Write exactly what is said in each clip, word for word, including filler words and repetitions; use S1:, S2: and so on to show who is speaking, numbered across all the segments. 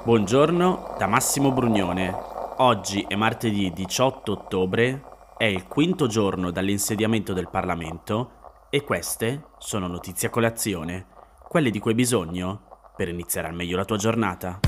S1: Buongiorno da Massimo Brugnone. Oggi è martedì diciotto ottobre, è il quinto giorno dall'insediamento del Parlamento e queste sono notizie a colazione, quelle di cui hai bisogno per iniziare al meglio la tua giornata.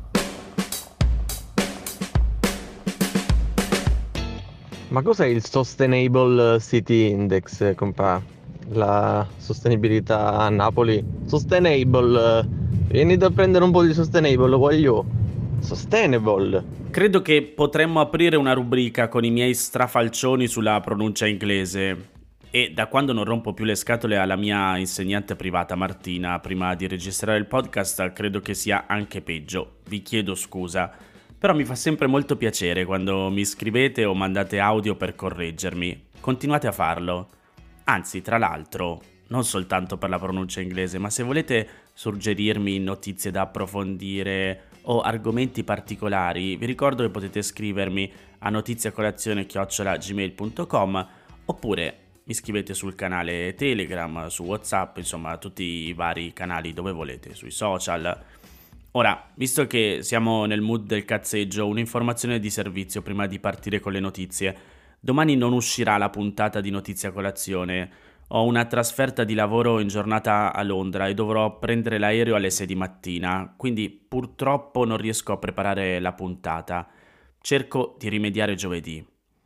S2: Ma cos'è il Sustainable City Index, compà? La sostenibilità a Napoli? Sustainable. Venite a prendere un po' di sustainable, voglio. Sustainable.
S1: Credo che potremmo aprire una rubrica con i miei strafalcioni sulla pronuncia inglese. E da quando non rompo più le scatole alla mia insegnante privata Martina prima di registrare il podcast, credo che sia anche peggio. Vi chiedo scusa. Però mi fa sempre molto piacere quando mi scrivete o mandate audio per correggermi. Continuate a farlo. Anzi, tra l'altro, non soltanto per la pronuncia inglese, ma se volete suggerirmi notizie da approfondire o argomenti particolari, vi ricordo che potete scrivermi a notiziacolazione chiocciola gmail punto com oppure mi scrivete sul canale Telegram, su WhatsApp, insomma tutti i vari canali dove volete, sui social. Ora, visto che siamo nel mood del cazzeggio, un'informazione di servizio prima di partire con le notizie. Domani non uscirà la puntata di Notizia Colazione. Ho una trasferta di lavoro in giornata a Londra e dovrò prendere l'aereo alle sei di mattina, quindi purtroppo non riesco a preparare la puntata. Cerco di rimediare giovedì.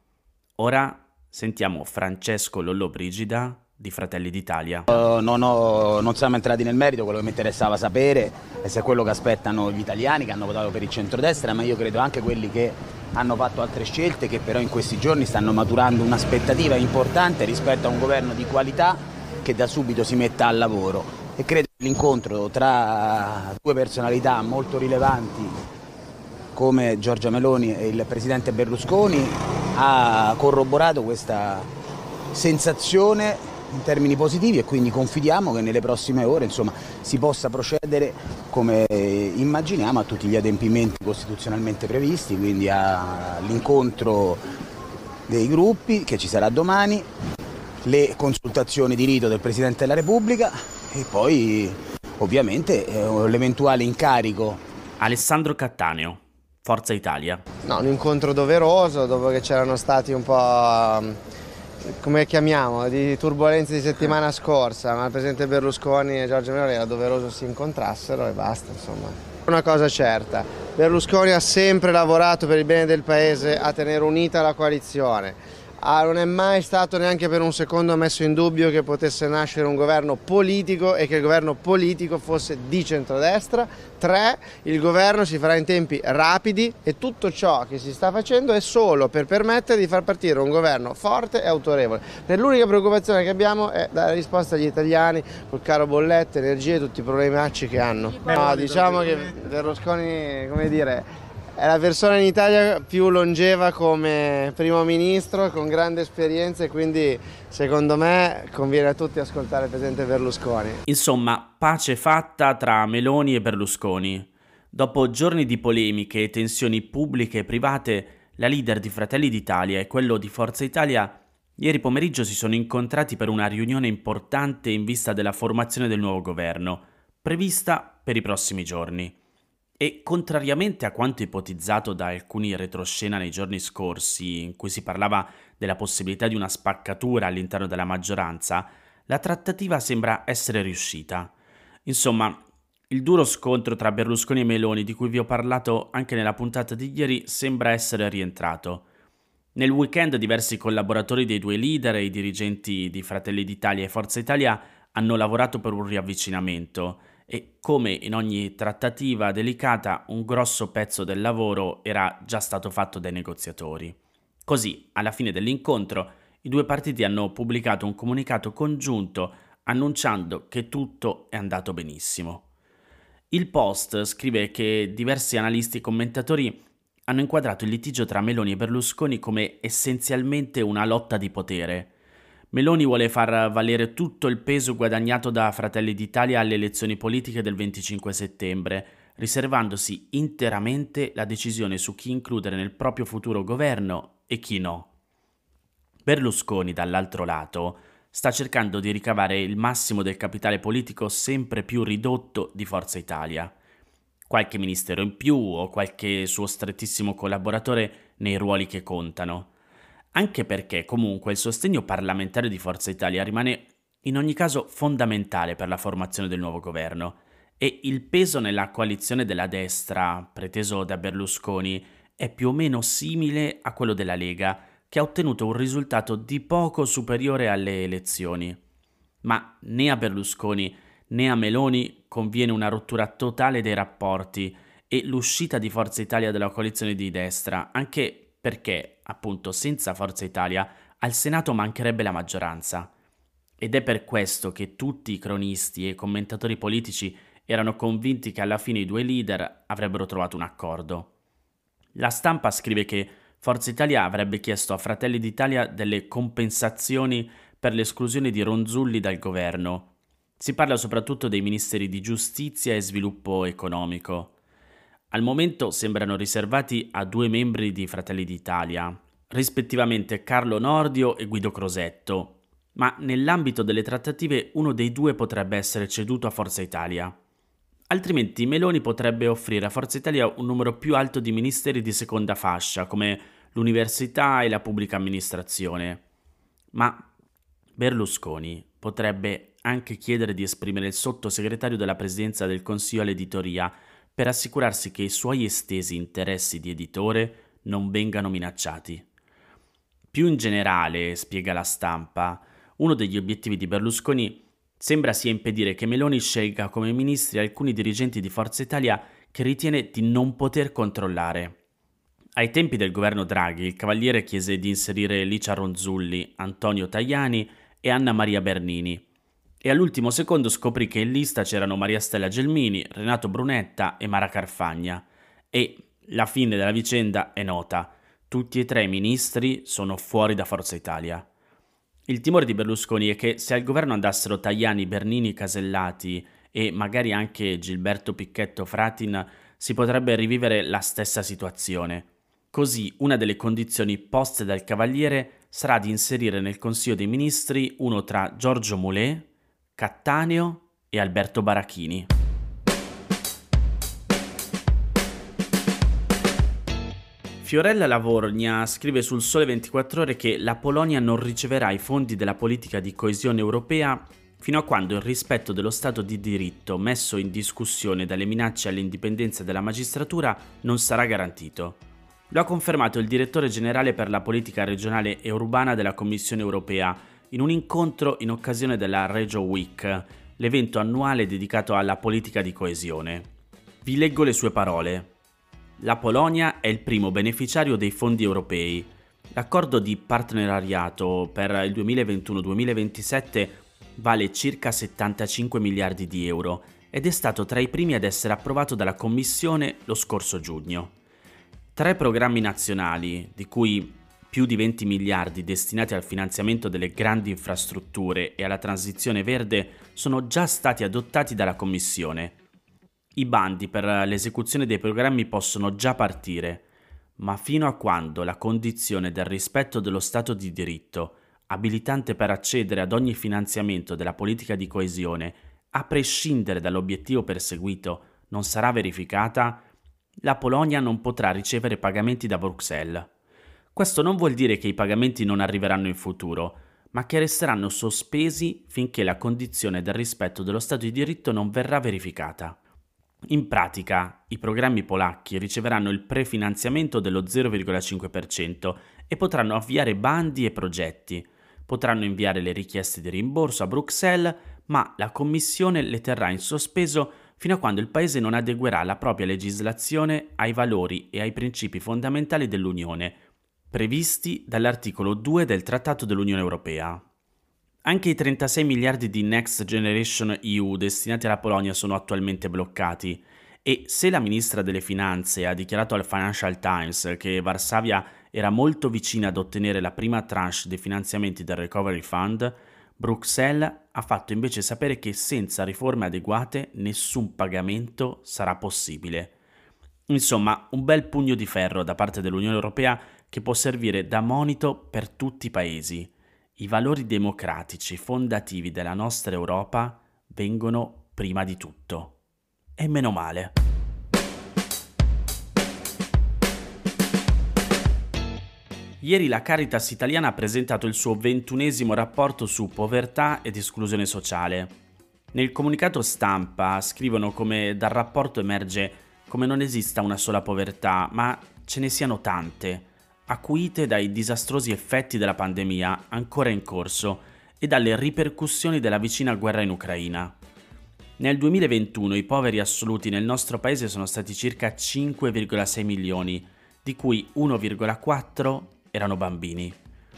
S1: Ora sentiamo Francesco Lollobrigida di Fratelli d'Italia.
S3: Uh, non, ho, non siamo entrati nel merito, quello che mi interessava sapere è se è quello che aspettano gli italiani che hanno votato per il centrodestra, ma io credo anche quelli che hanno fatto altre scelte che però in questi giorni stanno maturando un'aspettativa importante rispetto a un governo di qualità che da subito si metta al lavoro, e credo che l'incontro tra due personalità molto rilevanti come Giorgia Meloni e il presidente Berlusconi ha corroborato questa sensazione in termini positivi, e quindi confidiamo che nelle prossime ore insomma, si possa procedere come immaginiamo a tutti gli adempimenti costituzionalmente previsti, quindi all'incontro dei gruppi che ci sarà domani, le consultazioni di rito del Presidente della Repubblica e poi ovviamente eh, l'eventuale incarico.
S1: Alessandro Cattaneo, Forza Italia.
S4: No, un incontro doveroso dopo che c'erano stati un po', come chiamiamo, di turbolenze di settimana scorsa, ma il presidente Berlusconi e Giorgia Meloni era doveroso si incontrassero e basta, insomma. Una cosa certa, Berlusconi ha sempre lavorato per il bene del paese a tenere unita la coalizione. Ah, non è mai stato neanche per un secondo messo in dubbio che potesse nascere un governo politico e che il governo politico fosse di centrodestra. Tre, il governo si farà in tempi rapidi e tutto ciò che si sta facendo è solo per permettere di far partire un governo forte e autorevole. L'unica preoccupazione che abbiamo è dare risposta agli italiani col caro bollette, energie e tutti i problemacci che hanno. No, diciamo che Berlusconi, come dire, è la persona in Italia più longeva come primo ministro, con grande esperienza, e quindi secondo me conviene a tutti ascoltare il presidente Berlusconi.
S1: Insomma, pace fatta tra Meloni e Berlusconi. Dopo giorni di polemiche e tensioni pubbliche e private, la leader di Fratelli d'Italia e quello di Forza Italia ieri pomeriggio si sono incontrati per una riunione importante in vista della formazione del nuovo governo, prevista per i prossimi giorni. E contrariamente a quanto ipotizzato da alcuni retroscena nei giorni scorsi, in cui si parlava della possibilità di una spaccatura all'interno della maggioranza, la trattativa sembra essere riuscita. Insomma, il duro scontro tra Berlusconi e Meloni, di cui vi ho parlato anche nella puntata di ieri, sembra essere rientrato. Nel weekend diversi collaboratori dei due leader e i dirigenti di Fratelli d'Italia e Forza Italia hanno lavorato per un riavvicinamento, e come in ogni trattativa delicata un grosso pezzo del lavoro era già stato fatto dai negoziatori. Così, alla fine dell'incontro, i due partiti hanno pubblicato un comunicato congiunto annunciando che tutto è andato benissimo. Il Post scrive che diversi analisti e commentatori hanno inquadrato il litigio tra Meloni e Berlusconi come essenzialmente una lotta di potere. Meloni vuole far valere tutto il peso guadagnato da Fratelli d'Italia alle elezioni politiche del venticinque settembre, riservandosi interamente la decisione su chi includere nel proprio futuro governo e chi no. Berlusconi, dall'altro lato, sta cercando di ricavare il massimo del capitale politico sempre più ridotto di Forza Italia. qualche ministero in più o qualche suo strettissimo collaboratore nei ruoli che contano. Anche perché comunque il sostegno parlamentare di Forza Italia rimane in ogni caso fondamentale per la formazione del nuovo governo e il peso nella coalizione della destra, preteso da Berlusconi, è più o meno simile a quello della Lega, che ha ottenuto un risultato di poco superiore alle elezioni. Ma né a Berlusconi né a Meloni conviene una rottura totale dei rapporti e l'uscita di Forza Italia dalla coalizione di destra, anche perché, appunto, senza Forza Italia al Senato mancherebbe la maggioranza. Ed è per questo che tutti i cronisti e i commentatori politici erano convinti che alla fine i due leader avrebbero trovato un accordo. La Stampa scrive che Forza Italia avrebbe chiesto a Fratelli d'Italia delle compensazioni per l'esclusione di Ronzulli dal governo. Si parla soprattutto dei ministeri di giustizia e sviluppo economico. Al momento sembrano riservati a due membri di Fratelli d'Italia, rispettivamente Carlo Nordio e Guido Crosetto, ma nell'ambito delle trattative uno dei due potrebbe essere ceduto a Forza Italia. Altrimenti Meloni potrebbe offrire a Forza Italia un numero più alto di ministeri di seconda fascia, come l'università e la pubblica amministrazione. Ma Berlusconi potrebbe anche chiedere di esprimere il sottosegretario della Presidenza del Consiglio all'editoria per assicurarsi che i suoi estesi interessi di editore non vengano minacciati. Più in generale, spiega la Stampa, uno degli obiettivi di Berlusconi sembra sia impedire che Meloni scelga come ministri alcuni dirigenti di Forza Italia che ritiene di non poter controllare. Ai tempi del governo Draghi, il Cavaliere chiese di inserire Licia Ronzulli, Antonio Tajani e Anna Maria Bernini, e all'ultimo secondo scoprì che in lista c'erano Maria Stella Gelmini, Renato Brunetta e Mara Carfagna. E la fine della vicenda è nota: tutti e tre i ministri sono fuori da Forza Italia. Il timore di Berlusconi è che se al governo andassero Tajani, Bernini, Casellati e magari anche Gilberto Picchetto Fratin, si potrebbe rivivere la stessa situazione. Così una delle condizioni poste dal Cavaliere sarà di inserire nel Consiglio dei Ministri uno tra Giorgio Mulè, Cattaneo e Alberto Barachini. Fiorella Lavorgna scrive sul Sole ventiquattro Ore che la Polonia non riceverà i fondi della politica di coesione europea fino a quando il rispetto dello Stato di diritto, messo in discussione dalle minacce all'indipendenza della magistratura, non sarà garantito. Lo ha confermato il direttore generale per la politica regionale e urbana della Commissione europea in un incontro in occasione della Regio Week, l'evento annuale dedicato alla politica di coesione. Vi leggo le sue parole. La Polonia è il primo beneficiario dei fondi europei. L'accordo di partenariato per il duemilaventuno duemilaventisette vale circa settantacinque miliardi di euro ed è stato tra i primi ad essere approvato dalla Commissione lo scorso giugno. Tre programmi nazionali, di cui più di venti miliardi destinati al finanziamento delle grandi infrastrutture e alla transizione verde, sono già stati adottati dalla Commissione. I bandi per l'esecuzione dei programmi possono già partire, ma fino a quando la condizione del rispetto dello Stato di diritto, abilitante per accedere ad ogni finanziamento della politica di coesione, a prescindere dall'obiettivo perseguito, non sarà verificata, la Polonia non potrà ricevere pagamenti da Bruxelles. Questo non vuol dire che i pagamenti non arriveranno in futuro, ma che resteranno sospesi finché la condizione del rispetto dello Stato di diritto non verrà verificata. In pratica, i programmi polacchi riceveranno il prefinanziamento dello zero virgola cinque per cento e potranno avviare bandi e progetti. Potranno inviare le richieste di rimborso a Bruxelles, ma la Commissione le terrà in sospeso fino a quando il Paese non adeguerà la propria legislazione ai valori e ai principi fondamentali dell'Unione, previsti dall'articolo due del Trattato dell'Unione Europea. Anche i trentasei miliardi di Next Generation E U destinati alla Polonia sono attualmente bloccati e se la ministra delle Finanze ha dichiarato al Financial Times che Varsavia era molto vicina ad ottenere la prima tranche dei finanziamenti del Recovery Fund, Bruxelles ha fatto invece sapere che senza riforme adeguate nessun pagamento sarà possibile. Insomma, un bel pugno di ferro da parte dell'Unione Europea che può servire da monito per tutti i paesi. I valori democratici fondativi della nostra Europa vengono prima di tutto. E meno male. Ieri la Caritas italiana ha presentato il suo ventunesimo rapporto su povertà ed esclusione sociale. Nel comunicato stampa scrivono come dal rapporto emerge come non esista una sola povertà, ma ce ne siano tante, acuite dai disastrosi effetti della pandemia ancora in corso e dalle ripercussioni della vicina guerra in Ucraina. Nel duemilaventuno i poveri assoluti nel nostro paese sono stati circa cinque virgola sei milioni, di cui uno virgola quattro erano bambini.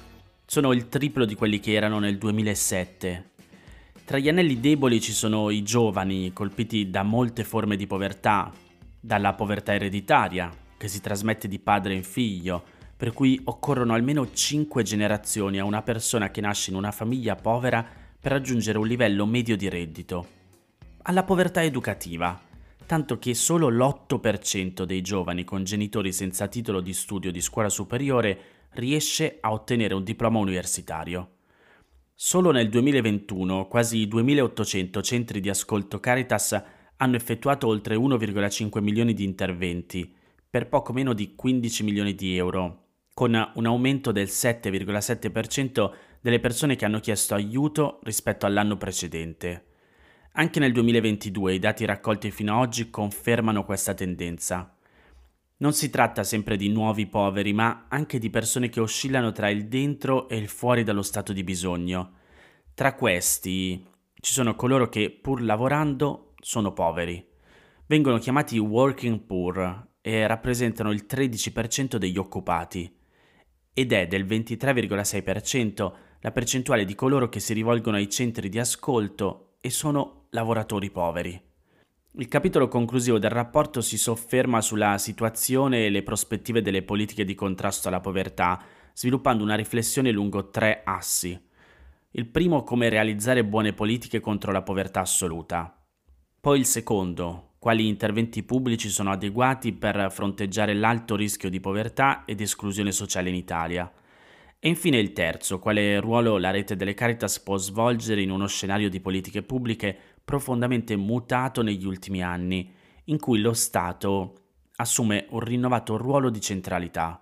S1: Sono il triplo di quelli che erano nel duemilasette. Tra gli anelli deboli ci sono i giovani, colpiti da molte forme di povertà, dalla povertà ereditaria, che si trasmette di padre in figlio, per cui occorrono almeno cinque generazioni a una persona che nasce in una famiglia povera per raggiungere un livello medio di reddito, alla povertà educativa, tanto che solo l'otto per cento dei giovani con genitori senza titolo di studio di scuola superiore riesce a ottenere un diploma universitario. Solo nel duemilaventuno quasi duemilaottocento centri di ascolto Caritas hanno effettuato oltre uno virgola cinque milioni di interventi, per poco meno di quindici milioni di euro, con un aumento del sette virgola sette per cento delle persone che hanno chiesto aiuto rispetto all'anno precedente. Anche nel duemilaventidue i dati raccolti fino ad oggi confermano questa tendenza. Non si tratta sempre di nuovi poveri, ma anche di persone che oscillano tra il dentro e il fuori dallo stato di bisogno. Tra questi ci sono coloro che, pur lavorando, sono poveri. Vengono chiamati working poor e rappresentano il tredici per cento degli occupati. Ed è del ventitré virgola sei per cento la percentuale di coloro che si rivolgono ai centri di ascolto e sono lavoratori poveri. Il capitolo conclusivo del rapporto si sofferma sulla situazione e le prospettive delle politiche di contrasto alla povertà, sviluppando una riflessione lungo tre assi. Il primo, come realizzare buone politiche contro la povertà assoluta. Poi il secondo, quali interventi pubblici sono adeguati per fronteggiare l'alto rischio di povertà ed esclusione sociale in Italia. E infine il terzo, quale ruolo la rete delle Caritas può svolgere in uno scenario di politiche pubbliche profondamente mutato negli ultimi anni, in cui lo Stato assume un rinnovato ruolo di centralità.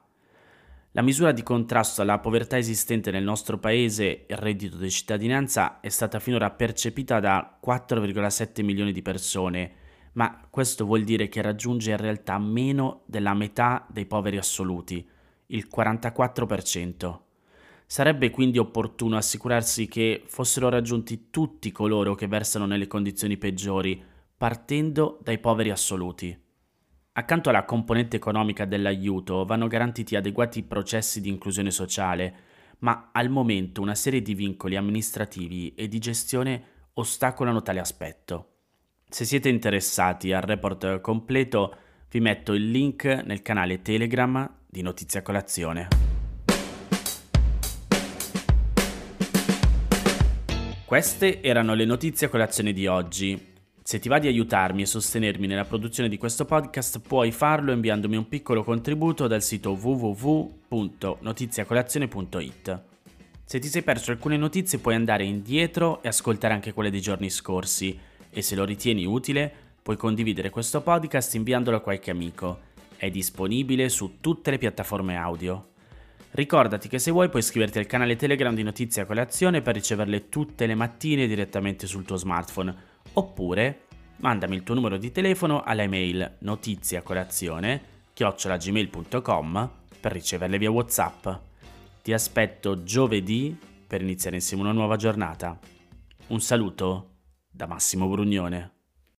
S1: La misura di contrasto alla povertà esistente nel nostro paese, il reddito di cittadinanza, è stata finora percepita da quattro virgola sette milioni di persone, ma questo vuol dire che raggiunge in realtà meno della metà dei poveri assoluti, il quarantaquattro per cento. Sarebbe quindi opportuno assicurarsi che fossero raggiunti tutti coloro che versano nelle condizioni peggiori, partendo dai poveri assoluti. Accanto alla componente economica dell'aiuto vanno garantiti adeguati processi di inclusione sociale, ma al momento una serie di vincoli amministrativi e di gestione ostacolano tale aspetto. Se siete interessati al report completo, vi metto il link nel canale Telegram di Notizia Colazione. Queste erano le notizie a colazione di oggi. Se ti va di aiutarmi e sostenermi nella produzione di questo podcast, puoi farlo inviandomi un piccolo contributo dal sito w w w punto notiziacolazione punto i t. Se ti sei perso alcune notizie puoi andare indietro e ascoltare anche quelle dei giorni scorsi e se lo ritieni utile puoi condividere questo podcast inviandolo a qualche amico. È disponibile su tutte le piattaforme audio. Ricordati che se vuoi puoi iscriverti al canale Telegram di Notizia Colazione per riceverle tutte le mattine direttamente sul tuo smartphone, oppure mandami il tuo numero di telefono all'email notiziacolazione chiocciola gmail punto com per riceverle via WhatsApp. Ti aspetto giovedì per iniziare insieme una nuova giornata. Un saluto da Massimo Brugnone.